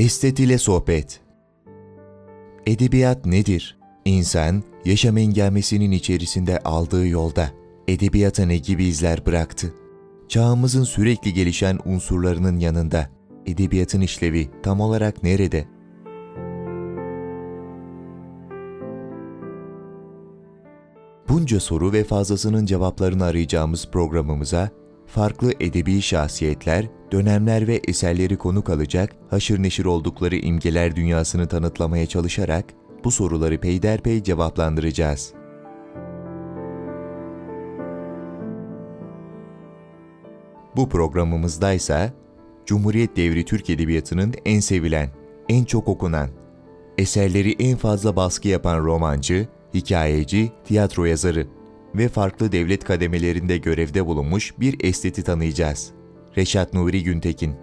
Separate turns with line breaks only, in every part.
Estet ile sohbet. Edebiyat nedir? İnsan, yaşam engelmesinin içerisinde aldığı yolda edebiyata ne gibi izler bıraktı? Çağımızın sürekli gelişen unsurlarının yanında edebiyatın işlevi tam olarak nerede? Bunca soru ve fazlasının cevaplarını arayacağımız programımıza farklı edebi şahsiyetler, dönemler ve eserleri konuk alacak, haşır neşir oldukları imgeler dünyasını tanıtlamaya çalışarak bu soruları peyderpey cevaplandıracağız. Bu programımızdaysa Cumhuriyet devri Türk Edebiyatı'nın en sevilen, en çok okunan, eserleri en fazla baskı yapan romancı, hikayeci, tiyatro yazarı ve farklı devlet kademelerinde görevde bulunmuş bir esteti tanıyacağız. Reşat Nuri Güntekin.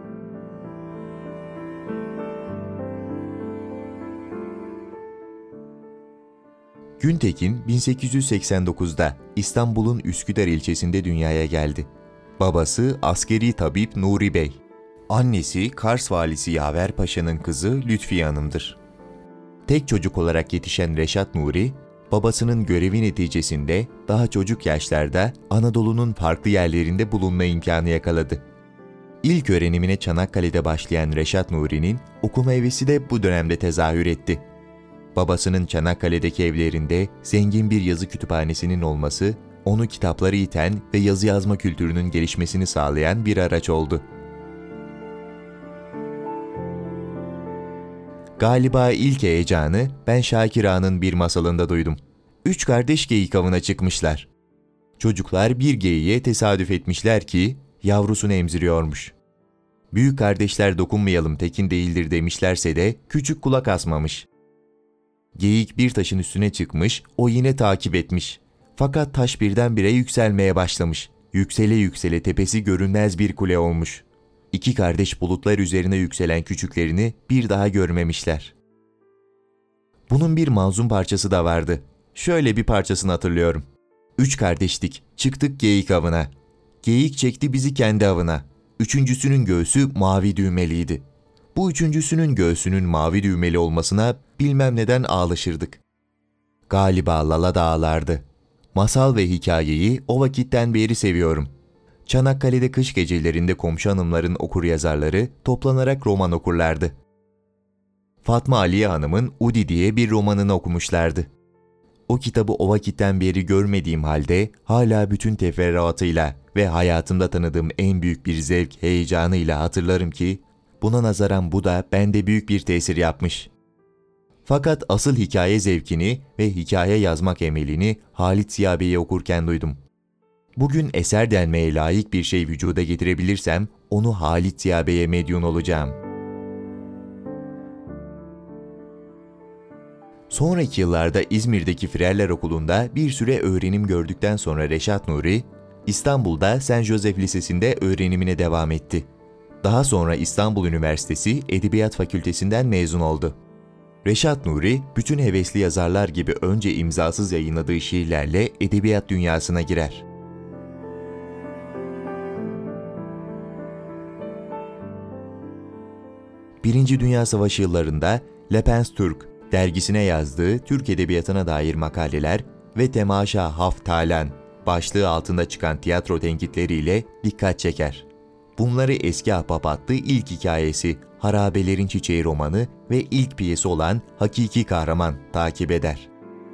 Güntekin 1889'da İstanbul'un Üsküdar ilçesinde dünyaya geldi. Babası askeri tabip Nuri Bey. Annesi Kars valisi Yaver Paşa'nın kızı Lütfiye Hanım'dır. Tek çocuk olarak yetişen Reşat Nuri, babasının görevi neticesinde daha çocuk yaşlarda Anadolu'nun farklı yerlerinde bulunma imkanı yakaladı. İlk öğrenimine Çanakkale'de başlayan Reşat Nuri'nin okuma hevesi de bu dönemde tezahür etti. Babasının Çanakkale'deki evlerinde zengin bir yazı kütüphanesinin olması, onu kitapları iten ve yazı yazma kültürünün gelişmesini sağlayan bir araç oldu. Galiba ilk heyecanı ben Şakir Ağa'nın bir masalında duydum. 3 kardeş geyik avına çıkmışlar. Çocuklar bir geyiğe tesadüf etmişler ki yavrusunu emziriyormuş. Büyük kardeşler dokunmayalım tekin değildir demişlerse de küçük kulak asmamış. Geyik bir taşın üstüne çıkmış, o yine takip etmiş. Fakat taş birdenbire yükselmeye başlamış. Yüksele yüksele tepesi görünmez bir kule olmuş. 2 kardeş bulutlar üzerine yükselen küçüklerini bir daha görmemişler. Bunun bir manzum parçası da vardı. Şöyle bir parçasını hatırlıyorum. 3 kardeştik, çıktık geyik avına. Geyik çekti bizi kendi avına. Üçüncüsünün göğsü mavi düğmeliydi. Bu üçüncüsünün göğsünün mavi düğmeli olmasına bilmem neden ağlaşırdık. Galiba Lala da ağlardı. Masal ve hikayeyi o vakitten beri seviyorum. Çanakkale'de kış gecelerinde komşu hanımların okuryazarları toplanarak roman okurlardı. Fatma Aliye Hanım'ın Udi diye bir romanını okumuşlardı. O kitabı o vakitten beri görmediğim halde hala bütün teferruatıyla ve hayatımda tanıdığım en büyük bir zevk heyecanıyla hatırlarım ki buna nazaran bu da bende büyük bir tesir yapmış. Fakat asıl hikaye zevkini ve hikaye yazmak emelini Halit Ziya Bey'i okurken duydum. Bugün eser denmeye layık bir şey vücuda getirebilirsem onu Halit Ziya Bey'e medyun olacağım. Sonraki yıllarda İzmir'deki Frerler Okulu'nda bir süre öğrenim gördükten sonra Reşat Nuri, İstanbul'da Saint Joseph Lisesi'nde öğrenimine devam etti. Daha sonra İstanbul Üniversitesi Edebiyat Fakültesinden mezun oldu. Reşat Nuri, bütün hevesli yazarlar gibi önce imzasız yayınladığı şiirlerle edebiyat dünyasına girer. Birinci Dünya Savaşı yıllarında Le Pens Türk dergisine yazdığı Türk edebiyatına dair makaleler ve Temaşa Haftalan başlığı altında çıkan tiyatro tenkitleriyle dikkat çeker. Bunları Eski Ahbap adlı ilk hikayesi Harabelerin Çiçeği romanı ve ilk piyesi olan Hakiki Kahraman takip eder.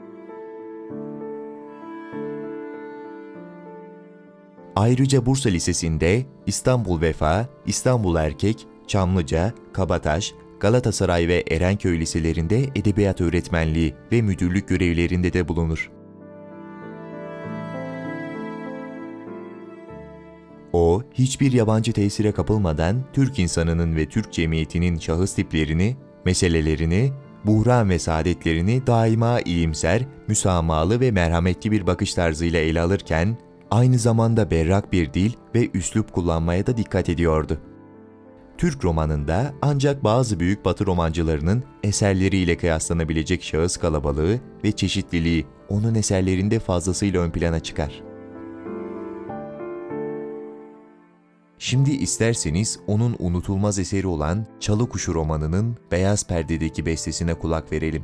Ayrıca Bursa Lisesi'nde İstanbul Vefa, İstanbul Erkek, Çamlıca, Kabataş, Galatasaray ve Erenköy liselerinde edebiyat öğretmenliği ve müdürlük görevlerinde de bulunur. O, hiçbir yabancı tesire kapılmadan Türk insanının ve Türk cemiyetinin şahıs tiplerini, meselelerini, buhran ve saadetlerini daima iyimser, müsamahalı ve merhametli bir bakış tarzıyla ele alırken, aynı zamanda berrak bir dil ve üslup kullanmaya da dikkat ediyordu. Türk romanında ancak bazı büyük Batı romancılarının eserleriyle kıyaslanabilecek şahıs kalabalığı ve çeşitliliği onun eserlerinde fazlasıyla ön plana çıkar. Şimdi isterseniz onun unutulmaz eseri olan Çalı Kuşu romanının beyaz perdedeki bestesine kulak verelim.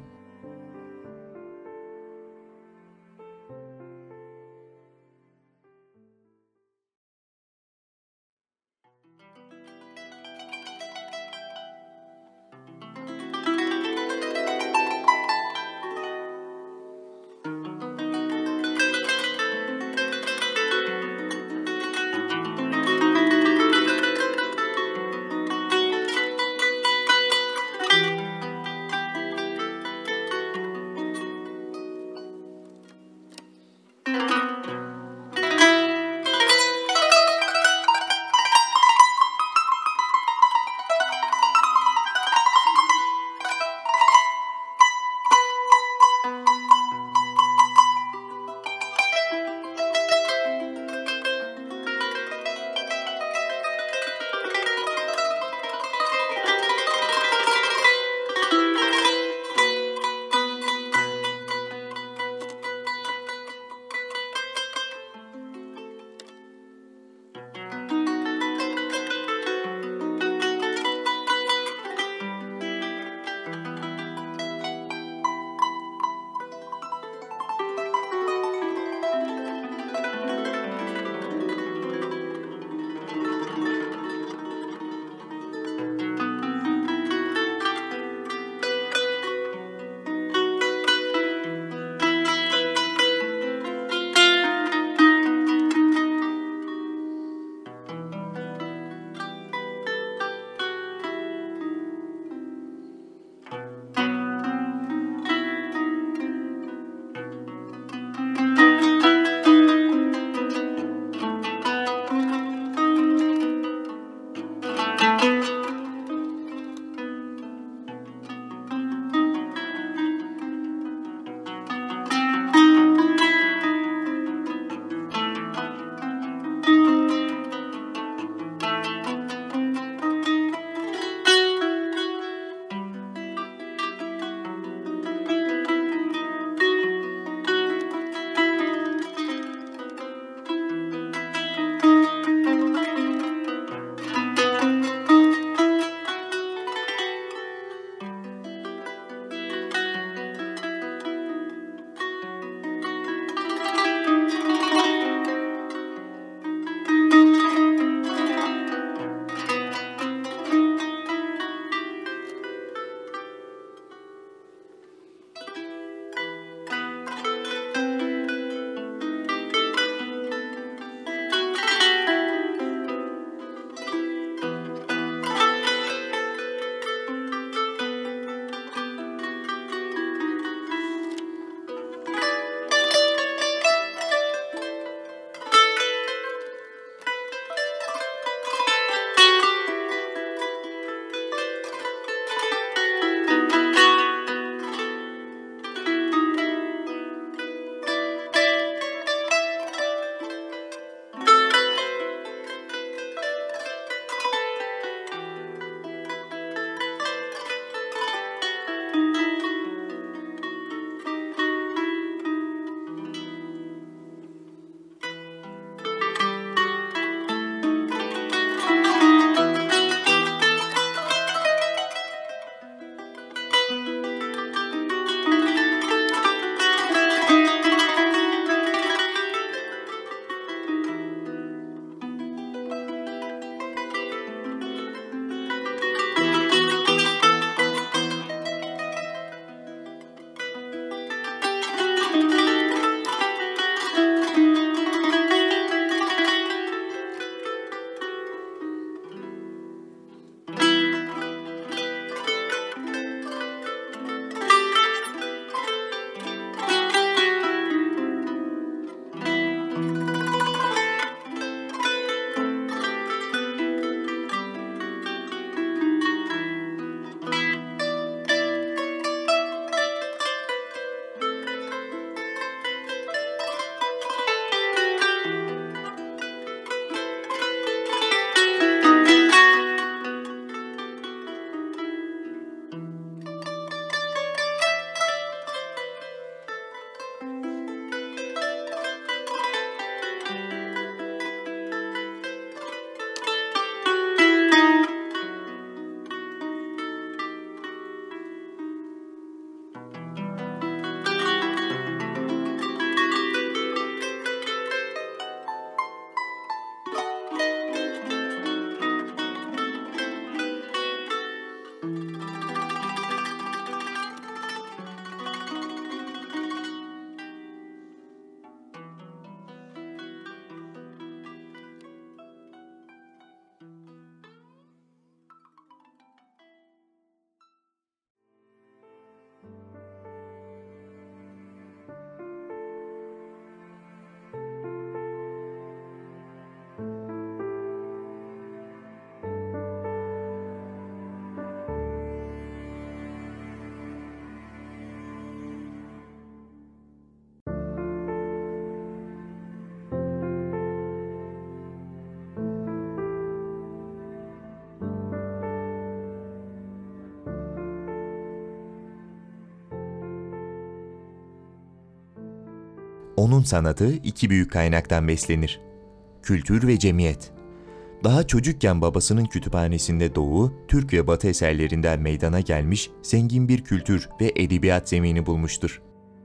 Onun sanatı iki büyük kaynaktan beslenir: kültür ve cemiyet. Daha çocukken babasının kütüphanesinde Doğu, Türk ve Batı eserlerinden meydana gelmiş zengin bir kültür ve edebiyat zemini bulmuştur.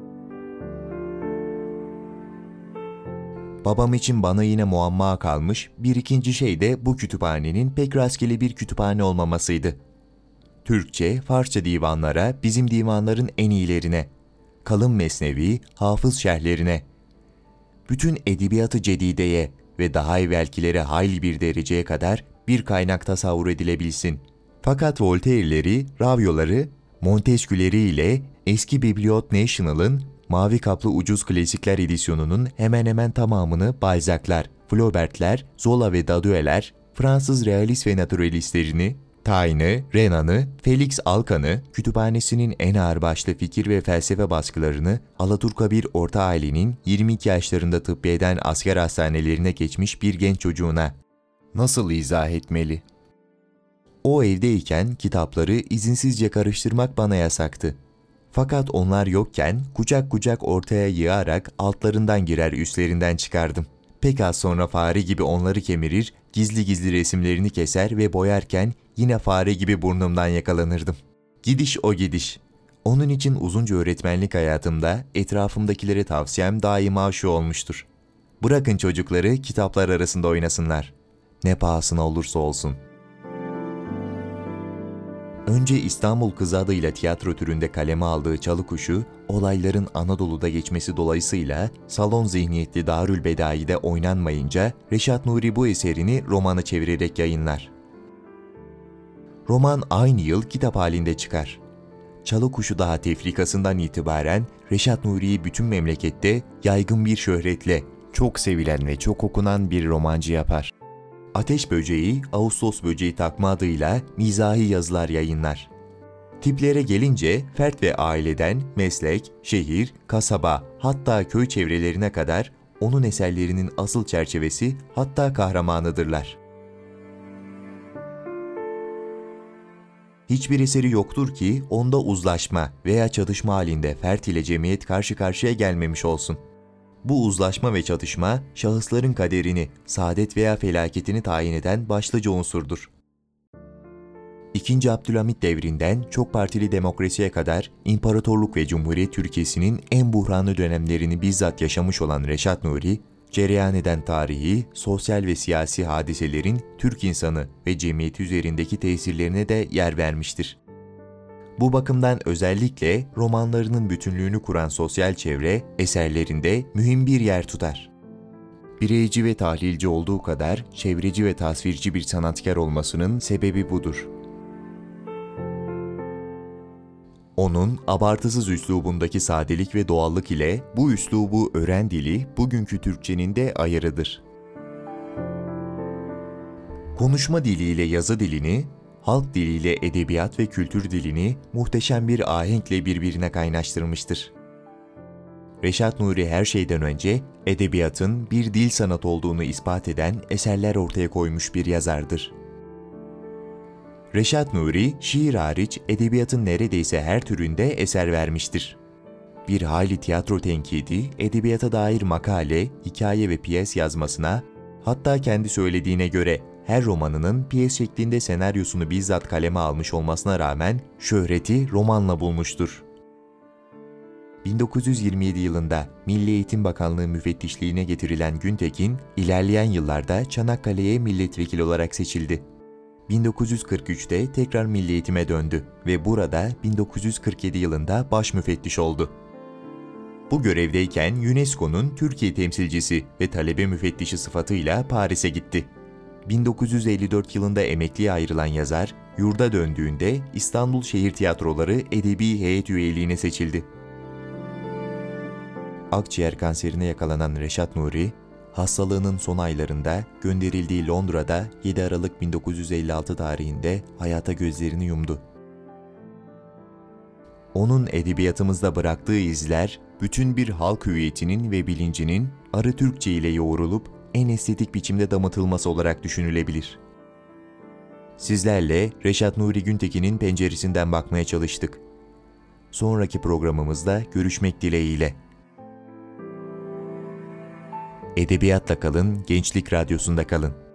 Babam için bana yine muamma kalmış bir ikinci şey de bu kütüphanenin pek rastgele bir kütüphane olmamasıydı. Türkçe, Farsça divanlara, bizim divanların en iyilerine, kalın mesnevi, hafız şerhlerine, bütün edebiyatı cedideye ve daha evvelkilere hayli bir dereceye kadar bir kaynak tasavvur edilebilsin. Fakat Voltaire'leri, Ravio'ları, Montesquieu'leri ile eski Bibliot National'ın mavi kaplı ucuz klasikler edisyonunun hemen hemen tamamını Balzac'lar, Flaubert'ler, Zola ve Daude'ler, Fransız realist ve naturalistlerini, Taine'ı, Renan'ı, Felix Alkan'ı, kütüphanesinin en ağırbaşlı fikir ve felsefe baskılarını Alaturka bir orta ailenin 22 yaşlarında tıbbiyeden asker hastanelerine geçmiş bir genç çocuğuna nasıl izah etmeli? O evdeyken kitapları izinsizce karıştırmak bana yasaktı. Fakat onlar yokken kucak kucak ortaya yığarak altlarından girer üstlerinden çıkardım. Pek az sonra fare gibi onları kemirir, gizli gizli resimlerini keser ve boyarken yine fare gibi burnumdan yakalanırdım. Gidiş o gidiş. Onun için uzunca öğretmenlik hayatımda etrafımdakilere tavsiyem daima şu olmuştur: bırakın çocukları kitaplar arasında oynasınlar. Ne pahasına olursa olsun. Önce İstanbul Kızı adıyla tiyatro türünde kaleme aldığı Çalıkuşu, olayların Anadolu'da geçmesi dolayısıyla salon zihniyetli Darülbedai'de oynanmayınca Reşat Nuri bu eserini romana çevirerek yayınlar. Roman aynı yıl kitap halinde çıkar. Çalıkuşu daha tefrikasından itibaren Reşat Nuri'yi bütün memlekette yaygın bir şöhretle çok sevilen ve çok okunan bir romancı yapar. Ateş Böceği, Ağustos Böceği takma adıyla mizahi yazılar yayınlar. Tiplere gelince fert ve aileden meslek, şehir, kasaba hatta köy çevrelerine kadar onun eserlerinin asıl çerçevesi hatta kahramanıdırlar. Hiçbir eseri yoktur ki onda uzlaşma veya çatışma halinde fert ile cemiyet karşı karşıya gelmemiş olsun. Bu uzlaşma ve çatışma, şahısların kaderini, saadet veya felaketini tayin eden başlıca unsurdur. İkinci Abdülhamit devrinden çok partili demokrasiye kadar imparatorluk ve cumhuriyet Türkiye'sinin en buhranlı dönemlerini bizzat yaşamış olan Reşat Nuri, cereyan eden tarihi, sosyal ve siyasi hadiselerin Türk insanı ve cemiyeti üzerindeki tesirlerine de yer vermiştir. Bu bakımdan özellikle romanlarının bütünlüğünü kuran sosyal çevre eserlerinde mühim bir yer tutar. Bireyci ve tahlilci olduğu kadar çevreci ve tasvirci bir sanatkar olmasının sebebi budur. Onun abartısız üslubundaki sadelik ve doğallık ile bu üslubu öğren dili bugünkü Türkçenin de ayarıdır. Konuşma diliyle yazı dilini, halk diliyle edebiyat ve kültür dilini muhteşem bir ahenkle birbirine kaynaştırmıştır. Reşat Nuri her şeyden önce edebiyatın bir dil sanatı olduğunu ispat eden eserler ortaya koymuş bir yazardır. Reşat Nuri, şiir hariç edebiyatın neredeyse her türünde eser vermiştir. Bir hayli tiyatro tenkidi, edebiyata dair makale, hikaye ve piyes yazmasına, hatta kendi söylediğine göre her romanının piyes şeklinde senaryosunu bizzat kaleme almış olmasına rağmen şöhreti romanla bulmuştur. 1927 yılında Milli Eğitim Bakanlığı müfettişliğine getirilen Güntekin, ilerleyen yıllarda Çanakkale'ye milletvekili olarak seçildi. 1943'te tekrar Milli Eğitim'e döndü ve burada 1947 yılında baş müfettiş oldu. Bu görevdeyken UNESCO'nun Türkiye temsilcisi ve talebe müfettişi sıfatıyla Paris'e gitti. 1954 yılında emekliye ayrılan yazar, yurda döndüğünde İstanbul Şehir Tiyatroları Edebi Heyet üyeliğine seçildi. Akciğer kanserine yakalanan Reşat Nuri, hastalığının son aylarında gönderildiği Londra'da 7 Aralık 1956 tarihinde hayata gözlerini yumdu. Onun edebiyatımızda bıraktığı izler, bütün bir halk hüviyetinin ve bilincinin arı Türkçe ile yoğrulup en estetik biçimde damıtılması olarak düşünülebilir. Sizlerle Reşat Nuri Güntekin'in penceresinden bakmaya çalıştık. Sonraki programımızda görüşmek dileğiyle. Edebiyatla kalın, Gençlik Radyosu'nda kalın.